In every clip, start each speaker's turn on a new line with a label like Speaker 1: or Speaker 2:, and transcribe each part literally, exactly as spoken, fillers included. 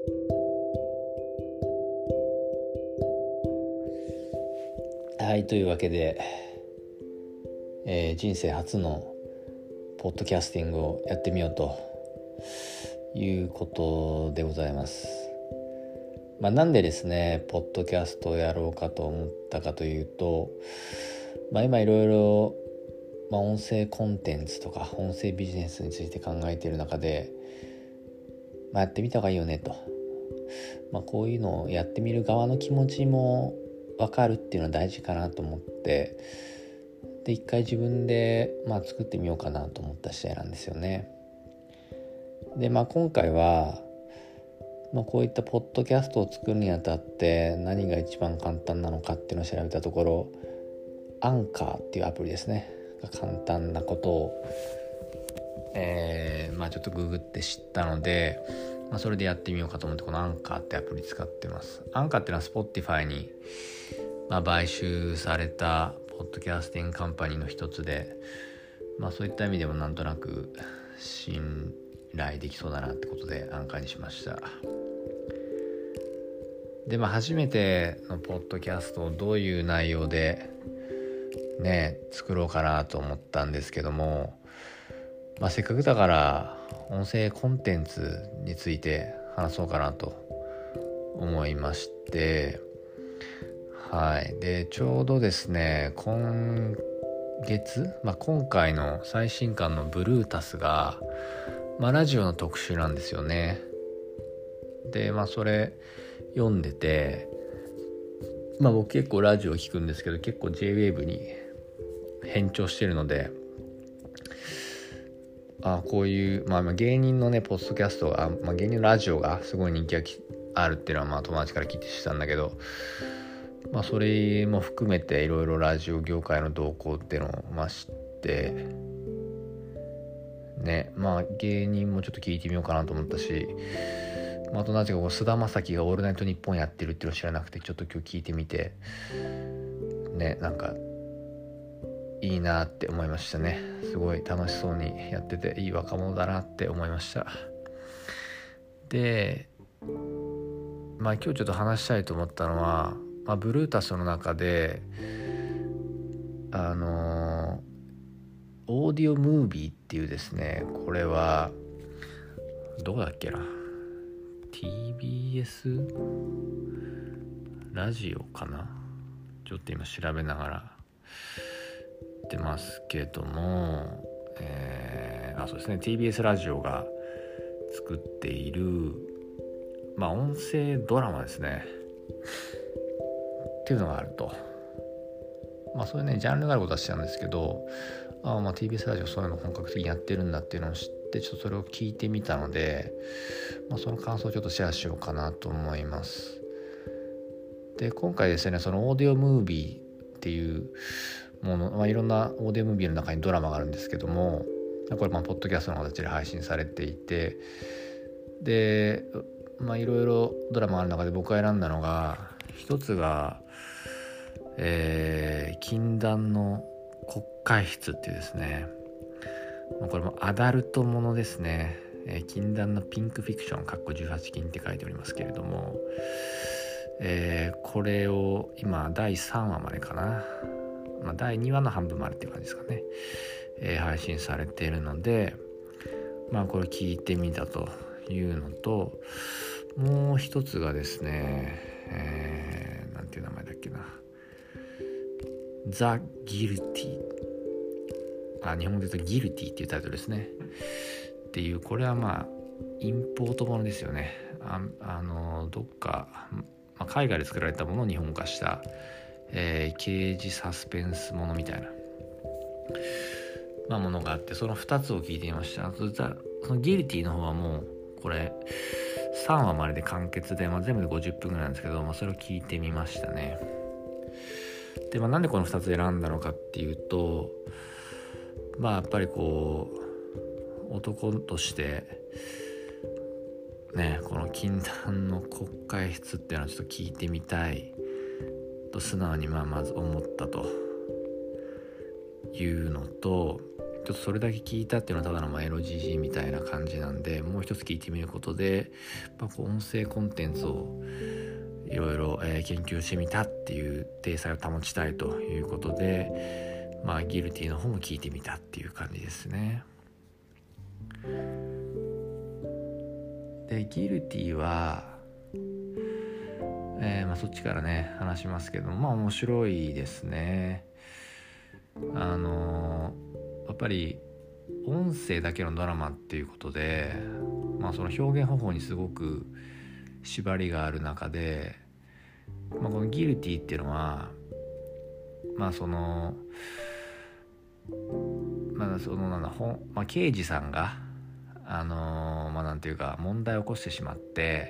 Speaker 1: はい、というわけで、えー、人生初のポッドキャスティングをやってみようということでございます。まあ、なんでですねポッドキャストをやろうかと思ったかというと、まあ、今いろいろ、まあ、音声コンテンツとか音声ビジネスについて考えている中で、まあ、やってみた方がいいよねと、まあ、こういうのをやってみる側の気持ちも分かるっていうのは大事かなと思って、で一回自分で、まあ、作ってみようかなと思った次第なんですよね。で、まあ、今回は、まあ、こういったポッドキャストを作るにあたって何が一番簡単なのかっていうのを調べたところ、アンカーっていうアプリですねが簡単なことを、えーまあ、ちょっとググって知ったので、まあ、それでやってみようかと思ってこのアンカーってアプリ使ってます。アンカーっていうのは Spotify に、まあ、買収されたポッドキャスティングカンパニーの一つで、まあ、そういった意味でもなんとなく信頼できそうだなってことでアンカーにしました。で、まあ、初めてのポッドキャストをどういう内容でね作ろうかなと思ったんですけども、まあ、せっかくだから音声コンテンツについて話そうかなと思いまして、はい。で、ちょうどですね今月、まあ、今回の最新刊のブルータスが、まあ、ラジオの特集なんですよね。で、まあそれ読んでて、まあ僕結構ラジオ聞くんですけど、結構 ジェイウェーブ に変調してるので、あこういう、まあ、芸人のねポッドキャストが、まあ、芸人のラジオがすごい人気があるっていうのはまあ友達から聞いて知ったんだけど、まあそれも含めていろいろラジオ業界の動向っていうのをまあ知ってね、まあ芸人もちょっと聞いてみようかなと思ったし、まあ、友達が菅田将暉がオールナイトニッポンやってるっていうのを知らなくて、ちょっと今日聞いてみてね、なんかいいなって思いましたね。すごい楽しそうにやってていい若者だなって思いました。で、まあ今日ちょっと話したいと思ったのは、まあ、ブルータスの中であのー、オーディオムービーっていうですね、これはどこだっけな、 ティービーエス ラジオかな、ちょっと今調べながらってますけども、えー、あそうですね ティービーエス ラジオが作っている、まあ音声ドラマですねっていうのがあると。まあそういうねジャンルがあることは知ってたんですけど、あまあ ティービーエス ラジオそういうの本格的にやってるんだっていうのを知って、ちょっとそれを聞いてみたので、まあ、その感想をちょっとシェアしようかなと思います。で今回ですね、そのオーディオムービーっていうもの、まあ、いろんなオーディオムービーの中にドラマがあるんですけども、これまあポッドキャストの形で配信されていて、でまあいろいろドラマがある中で僕が選んだのが、一つが、えー、禁断の国会室っていうですね、これもアダルトものですね、えー、禁断のピンクフィクション（かっこじゅうはち禁）って書いておりますけれども、えー、これを今だいさんわまでかな、まあ、だいにわの半分までっていう感じですかね、えー、配信されているので、まあこれ聞いてみたというのと、もう一つがですね、えー、なんていう名前だっけな、ザ・ギルティ、あ日本語で言うとギルティっていうタイトルですねっていう、これはまあインポートものですよね。あ, あのどっか、まあ、海外で作られたものを日本化した、えー、刑事サスペンスものみたいな、まあ、ものがあって、そのふたつを聞いてみました。あとザそのギルティの方はもうこれさんわまでで完結で、まあ、全部でごじゅっぷんぐらいなんですけど、まあ、それを聞いてみましたね。で、まあ、なんでこのふたつ選んだのかっていうと、まあやっぱりこう男としてね、この禁断の国会室っていうのをちょっと聞いてみたいと素直にまあまず思ったというのと、 ちょっとそれだけ聞いたっていうのはただのまあエロジージーみたいな感じなんで、もう一つ聞いてみることで、まあ、こう音声コンテンツをいろいろ研究してみたっていう体裁を保ちたいということで、まあギルティの方も聞いてみたっていう感じですね。でギルティは、えーまあ、そっちからね話しますけど、まあ面白いですね。あのー、やっぱり音声だけのドラマっていうことで、まあ、その表現方法にすごく縛りがある中で、まあ、このギルティっていうのはまあそのまあそのなんだほん、まあ、刑事さんがあのー、まあなんていうか問題を起こしてしまって、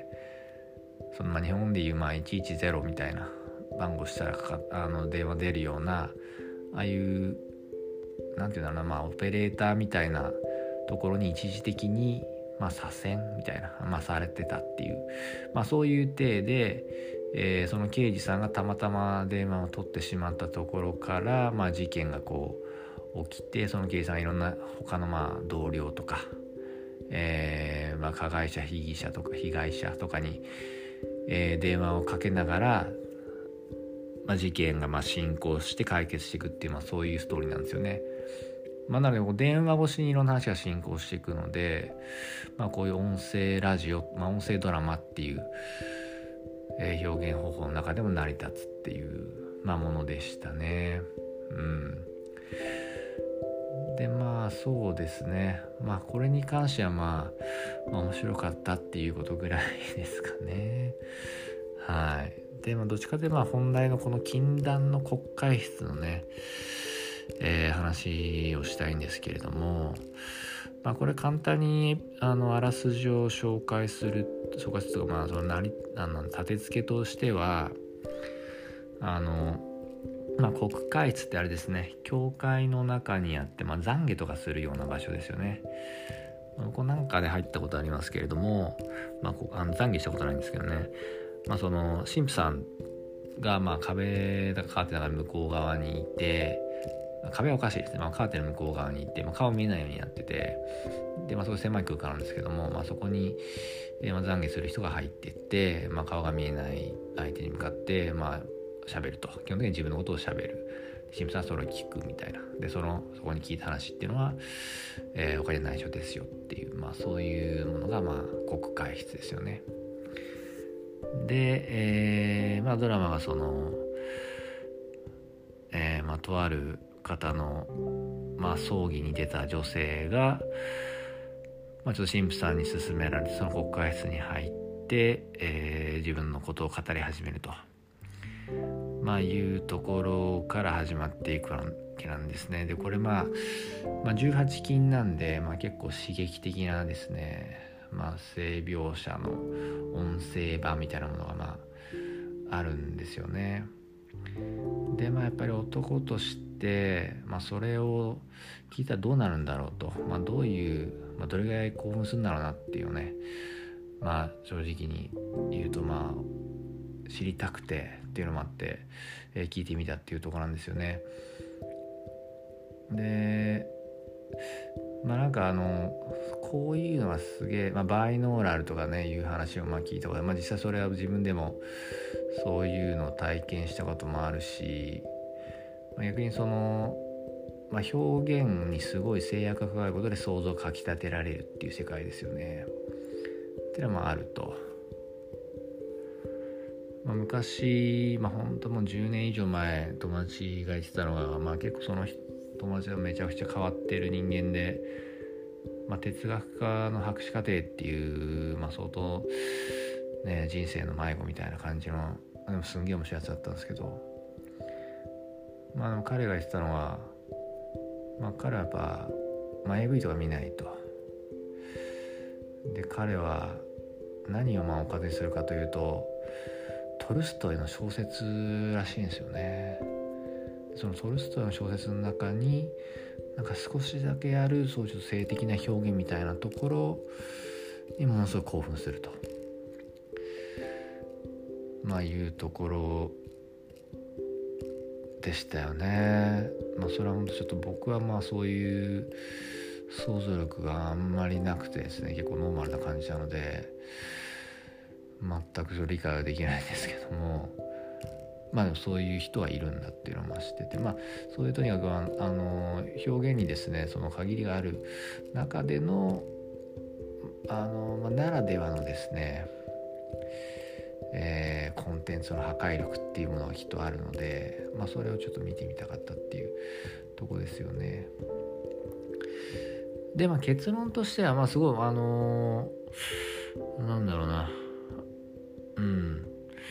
Speaker 1: そのまあ日本でいうまあいちいちゼロみたいな番号したらかかあの電話出るような、ああいうなんていうんだろうな、まあオペレーターみたいなところに一時的にまあ左遷みたいな、まあ、されてたっていう、まあそういう体で、えー、その刑事さんがたまたま電話を取ってしまったところから、まあ事件がこう起きて、その刑事さんがいろんな他のまあ同僚とか、えー、まあ加害者被疑者とか被害者とかに、えー、電話をかけながら、まあ、事件がまあ進行して解決していくっていう、まあ、そういうストーリーなんですよね。まあ、なので電話越しにいろんな話が進行していくので、まあ、こういう音声ラジオ、まあ、音声ドラマっていう、えー、表現方法の中でも成り立つっていう、まあ、ものでしたね。うんでまあそうですね、まあこれに関してはまあ、まあ、面白かったっていうことぐらいですかね。はい。でまあどっちかというとまあ本題のこの禁断の国会室のね、えー、話をしたいんですけれども、まあこれ簡単にあのあらすじを紹介する紹介するとか、まあそのなりあの立て付けとしては、あのまあ、国会室ってあれですね、教会の中にあって、まあ、懺悔とかするような場所ですよね。ここなんかで入ったことありますけれども、まあ、こあの懺悔したことないんですけどね、まあ、その神父さんがまあ壁だかカーテンだか向こう側にいて、壁はおかしいですね、まあ、カーテンの向こう側にいて、まあ、顔見えないようになってて、で、まあ、すごい狭い空間なんですけども、まあ、そこに、えー、まあ懺悔する人が入っていって、まあ、顔が見えない相手に向かってまあ喋ると、基本的に自分のことを喋る、神父さんはそれを聞くみたいな、でそのそこに聞いた話っていうのは、えー、他には内緒ですよっていう、まあそういうものがまあ国会室ですよね。で、えー、まあドラマがその、えー、まあとある方のまあ葬儀に出た女性が、まあ、ちょっと神父さんに勧められてその国会室に入って、えー、自分のことを語り始めると、まあいうところから始まっていくわけなんですね。でこれまあ、まあ、じゅうはち禁なんで、まあ、結構刺激的なですね、まあ性描写の音声版みたいなものがまああるんですよね。でまあやっぱり男として、まあ、それを聞いたらどうなるんだろうと、まあ、どういう、まあ、どれぐらい興奮するんだろうなっていうね、まあ正直に言うとまあ知りたくてっていうのもあって、えー、聞いてみたっていうところなんですよね。でまあなんかあのこういうのはすげえ、まあ、バイノーラルとかねいう話をまあ聞いたこと、まあ、実際それは自分でもそういうのを体験したこともあるし、まあ、逆にその、まあ、表現にすごい制約がかかることで想像をかきたてられるっていう世界ですよねっていうのはまああると。まあ、昔、まあ、本当もうじゅうねん以上前友達が言ってたのが、まあ、結構その友達はめちゃくちゃ変わってる人間で、まあ、哲学科の博士課程っていう、まあ、相当、ね、人生の迷子みたいな感じのでもすんげえ面白いやつだったんですけど、まあ、でも彼が言ってたのは、まあ、彼はやっぱ、まあ、エーブイ とか見ないと。で彼は何をまあおかずにするかというとトルストイの小説らしいんですよね。そのトルストイの小説の中になんか少しだけあるそういう性的な表現みたいなところにものすごく興奮すると、まあいうところでしたよね。まあそれは本当ちょっと僕はまあそういう想像力があんまりなくてですね、結構ノーマルな感じなので全く理解はできないんですけども、まあでもそういう人はいるんだっていうのも知ってて、まあそういうとにかくあの表現にですねその限りがある中でのあの、まあ、ならではのですね、えー、コンテンツの破壊力っていうものがきっとあるので、まあそれをちょっと見てみたかったっていうとこですよね。でまあ結論としてはまあすごいあのー、なんだろうなうん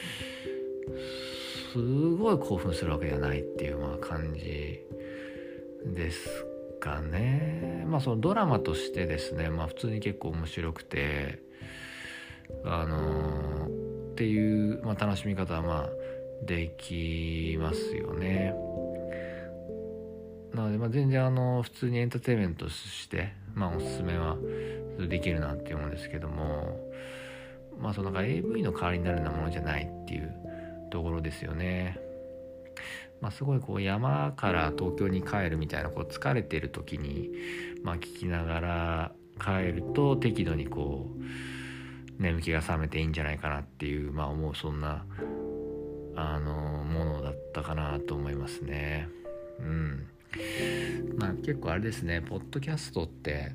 Speaker 1: すごい興奮するわけじゃないっていうまあ感じですかね。まあそのドラマとしてですね、まあ普通に結構面白くてあのー、っていう、まあ、楽しみ方はまあできますよね。なのでまあ全然あの普通にエンターテインメントとしてまあおすすめはできるなっていうものですけども、まあそのなんか エーブイ の代わりになるようなものじゃないっていうところですよね。まあ、すごいこう山から東京に帰るみたいなこう疲れてる時にまあ聞きながら帰ると適度にこう眠気が覚めていいんじゃないかなっていうまあ思うそんなあのものだったかなと思いますね。うんまあ結構あれですね、ポッドキャストって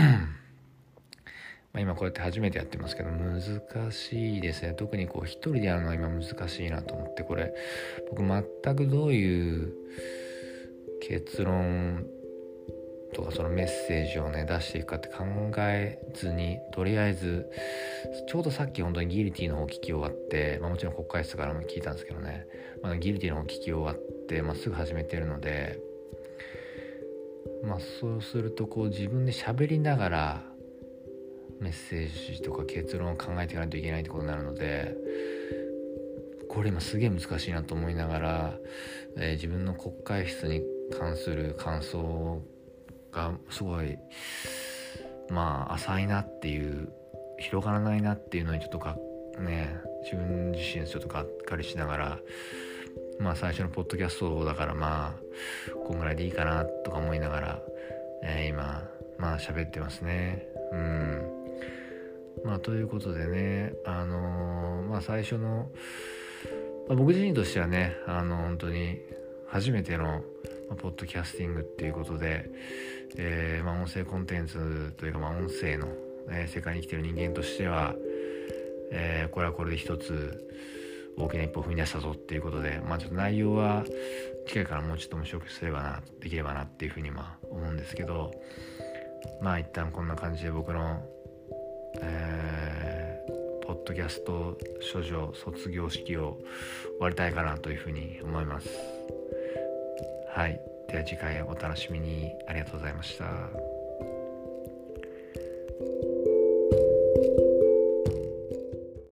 Speaker 1: まあ今こうやって初めてやってますけど難しいですね。特にこう一人でやるのは今難しいなと思って、これ僕全くどういう結論とかそのメッセージをね出していくかって考えずに、とりあえずちょうどさっき本当にギルティの方聞き終わって、まあ、もちろん国会室からも聞いたんですけどね、まあ、ギルティの方聞き終わって、まあ、すぐ始めてるので、まあそうするとこう自分で喋りながらメッセージとか結論を考えていかないといけないってことになるので、これ今すげえ難しいなと思いながら、えー、自分の国会室に関する感想がすごいまあ浅いなっていう、広がらないなっていうのにちょっとかね自分自身ちょっとがっかりしながら、まあ最初のポッドキャストだからまあこんぐらいでいいかなとか思いながら、えー、今まあ喋ってますね。うんまあということでね、あのー、まあ最初の、まあ、僕自身としてはねあの本当に初めての、まあ、ポッドキャスティングっていうことで、えーまあ、音声コンテンツというか、まあ、音声の、えー、世界に生きている人間としては、えー、これはこれで一つ大きな一歩を踏み出したぞっていうことで、まあちょっと内容は次回からもうちょっと面白くすればなできればなっていうふうにまあ思うんですけど、まあ一旦こんな感じで僕のえー、ポッドキャスト処女卒業式を終わりたいかなというふうに思います。はい、では次回お楽しみに。ありがとうございました。